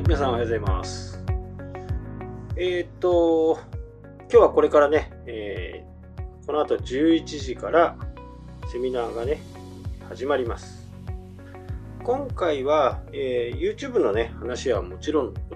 皆さんおはようございます。今日はこれからね、この後11時からセミナーがね、始まります。今回は、YouTube のね、話はもちろんのこと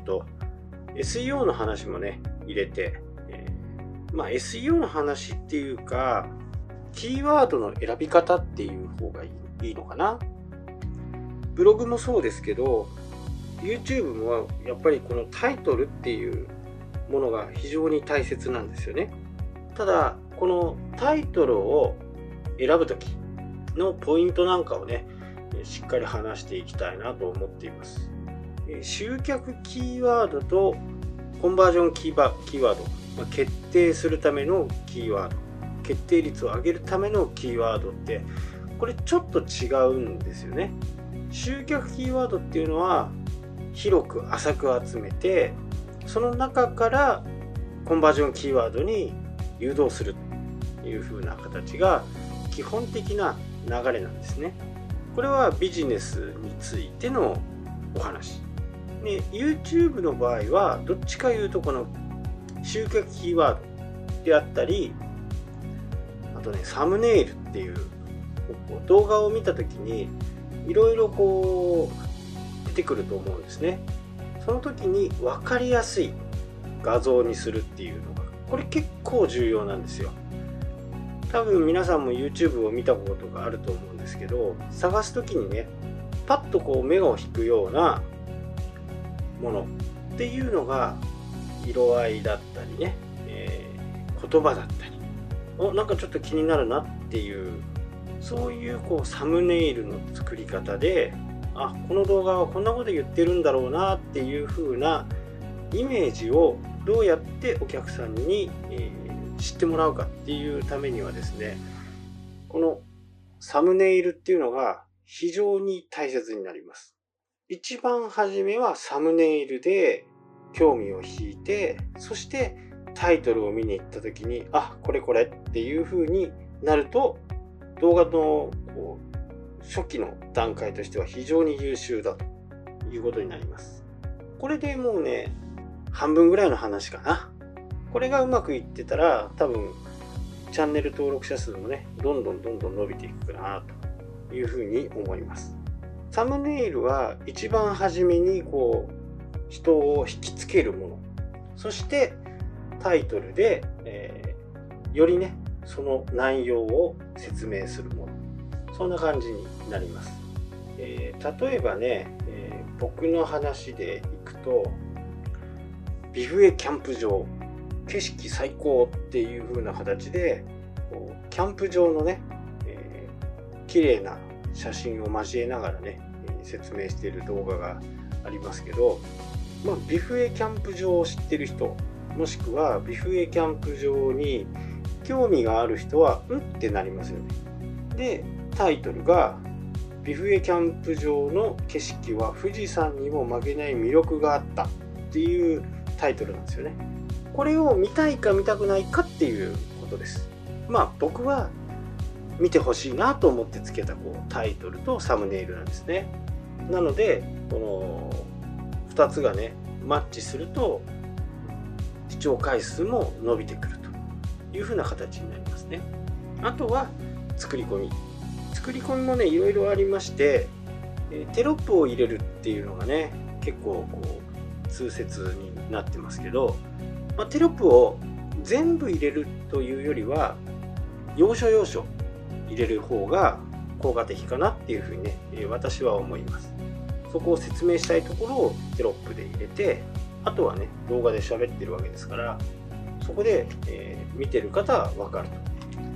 、SEO の話もね、入れて、SEO の話っていうか、キーワードの選び方っていう方がいいのかな。ブログもそうですけど、YouTube もやっぱりこのタイトルっていうものが非常に大切なんですよね。ただ、このタイトルを選ぶときのポイントなんかをね、しっかり話していきたいなと思っています。集客キーワードとコンバージョンキーワード、決定するためのキーワード、決定率を上げるためのキーワードってこれちょっと違うんですよね。集客キーワードっていうのは広く浅く集めて、その中からコンバージョンキーワードに誘導するという風な形が基本的な流れなんですね。これはビジネスについてのお話で、YouTube の場合はどっちかいうとこの集客キーワードであったり、あとね、サムネイルっていう動画を見た時にいろいろ出てくると思うんですね。その時に分かりやすい画像にするっていうのがこれ結構重要なんですよ。多分皆さんも YouTube を見たことがあると思うんですけど、探す時にね、パッと目を引くようなものっていうのが色合いだったりね、言葉だったり、なんかちょっと気になるなっていう、そういうサムネイルの作り方で、この動画はこんなこと言ってるんだろうなっていう風なイメージをどうやってお客さんに、知ってもらうかっていうためにはですね、このサムネイルっていうのが非常に大切になります。一番初めはサムネイルで興味を引いて、そしてタイトルを見に行った時にこれっていう風になると、動画の初期の段階としては非常に優秀だということになります。これでもうね、半分ぐらいの話かな。これがうまくいってたら、多分チャンネル登録者数もね、どんどん伸びていくかなというふうに思います。サムネイルは一番初めに人を引きつけるもの、そしてタイトルで、よりね、その内容を説明するもの、そんな感じになります。例えばね、僕の話でいくと、ビフエキャンプ場、景色最高っていう風な形で、キャンプ場のね、綺麗な写真を交えながらね、説明している動画がありますけど、ビフエキャンプ場を知ってる人、もしくはビフエキャンプ場に興味がある人はってなりますよね。で、タイトルがビフエキャンプ場の景色は富士山にも負けない魅力があったっていうタイトルなんですよね。これを見たいか見たくないかっていうことです。僕は見てほしいなと思ってつけたタイトルとサムネイルなんですね。なのでこの2つがねマッチすると視聴回数も伸びてくるというふうな形になりますね。あとは作り込みもね、いろいろありまして、テロップを入れるっていうのがね、結構通説になってますけど、テロップを全部入れるというよりは、要所要所入れる方が効果的かなっていうふうにね、私は思います。そこを説明したいところをテロップで入れて、あとはね、動画で喋ってるわけですから、そこで、見てる方は分かると。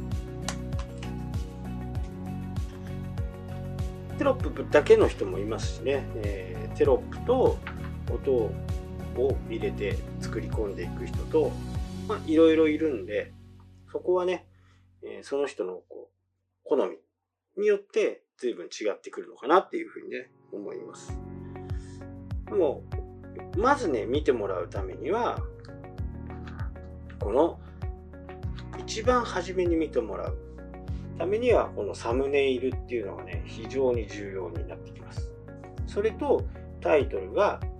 テロップだけの人もいますしね、テロップと音を入れて作り込んでいく人と、いろいろいるんで、そこはね、その人の好みによって随分違ってくるのかなっていうふうにね、思います。もうまずね、見てもらうためには、この一番初めに見てもらうためには、このサムネイルっていうのがね、非常に重要になってきます。それとタイトルが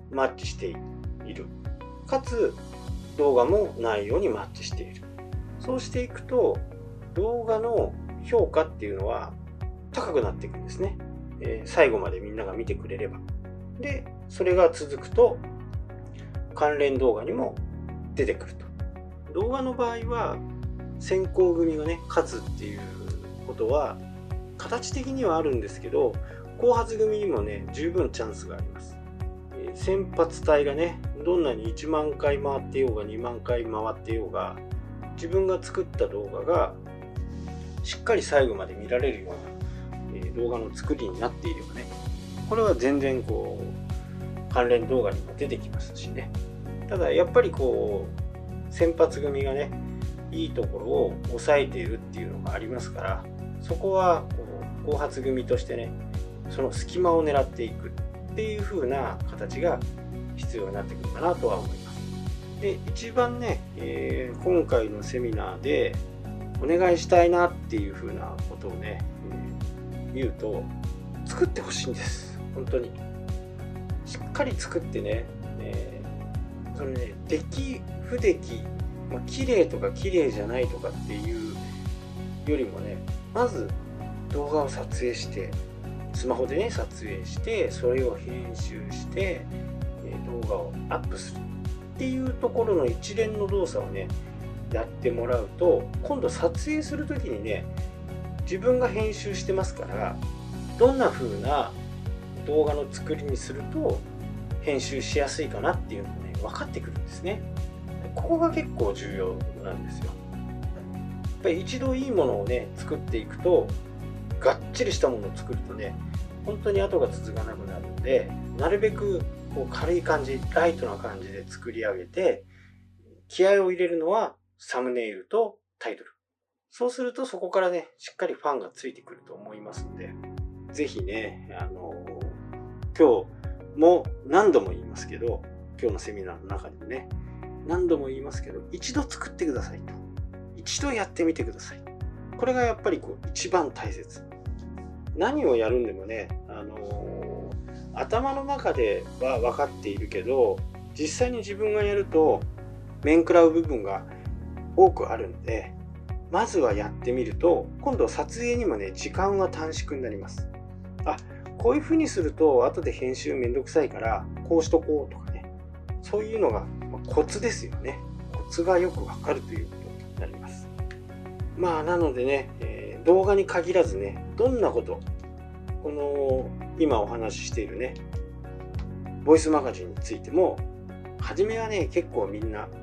マッチしている。かつ動画も内容にマッチしている。そうしていくと動画の評価っていうのは高くなっていくんですね。最後までみんなが見てくれれば。で、それが続くと関連動画にも出てくると。動画の場合は先行組がね勝つっていうことは形的にはあるんですけど、後発組にもね十分チャンスがあります。先発隊がねどんなに1万回回ってようが2万回回ってようが、自分が作った動画がしっかり最後まで見られるような動画の作りになっていればね、これは全然こう関連動画にも出てきますしね。ただやっぱりこう先発組がねいいところを抑えているっていうのがありますから、そこはこう後発組としてねその隙間を狙っていくっていう風な形が必要になってくるかなとは思います。で、一番ね、今回のセミナーでお願いしたいなっていう風なことをね、言うと、作ってほしいんです。本当にしっかり作ってね、それね出来不出来、綺麗とか綺麗じゃないとかっていうよりもね、まず動画を撮影してスマホでね撮影してそれを編集して動画をアップするっていうところの一連の動作をねやってもらうと、今度撮影する時にね自分が編集してますから、どんな風な動画の作りにすると編集しやすいかなっていうのがね分かってくるんですね。ここが結構重要なんですよ。やっぱり一度いいものをね作っていくと、がっちりしたものを作るとね本当に後が続かなくなるので、なるべくこう軽い感じ、ライトな感じで作り上げて、気合を入れるのはサムネイルとタイトル。そうするとそこからねしっかりファンがついてくると思いますので、ぜひね今日も何度も言いますけど、今日のセミナーの中でもね何度も言いますけど、一度作ってくださいと。一度やってみてください。これがやっぱりこう一番大切。何をやるんでもね、頭の中では分かっているけど、実際に自分がやると面食らう部分が多くあるんで、まずはやってみると、今度撮影にもね時間は短縮になります。こういう風にすると後で編集めんどくさいからこうしとこうとかね、そういうのがコツですよね。コツがよくわかるということになります。なのでね、動画に限らずね、どんなこと、この今お話ししているねボイスマガジンについても、初めはね結構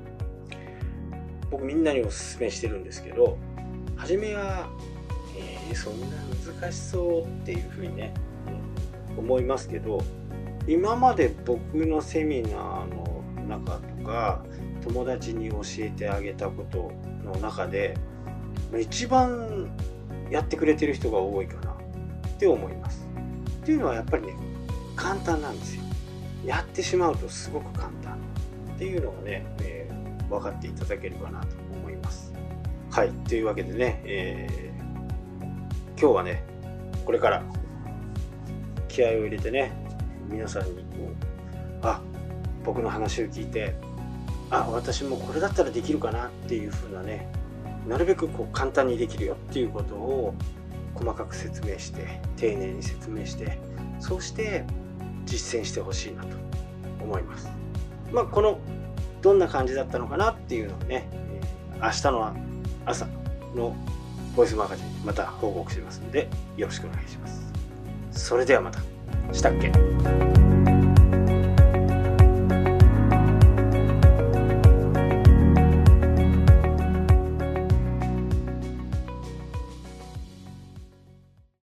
僕みんなにおすすめしてるんですけど、初めは、そんな難しそうっていうふうにね思いますけど、今まで僕のセミナーの中とか友達に教えてあげたことの中で一番やってくれてる人が多いかなって思います。っていうのはやっぱりね簡単なんですよ。やってしまうとすごく簡単っていうのがね、分かっていただければなと思います。はい、というわけでね、今日はねこれから気合を入れてね、皆さんに僕の話を聞いて、私もこれだったらできるかなっていう風なね、なるべくこう簡単にできるよっていうことを細かく説明して、丁寧に説明して、そうして実践してほしいなと思います。このどんな感じだったのかなっていうのをね、明日の朝のボイスマガジンまた報告しますので、よろしくお願いします。それではまた。したっけ。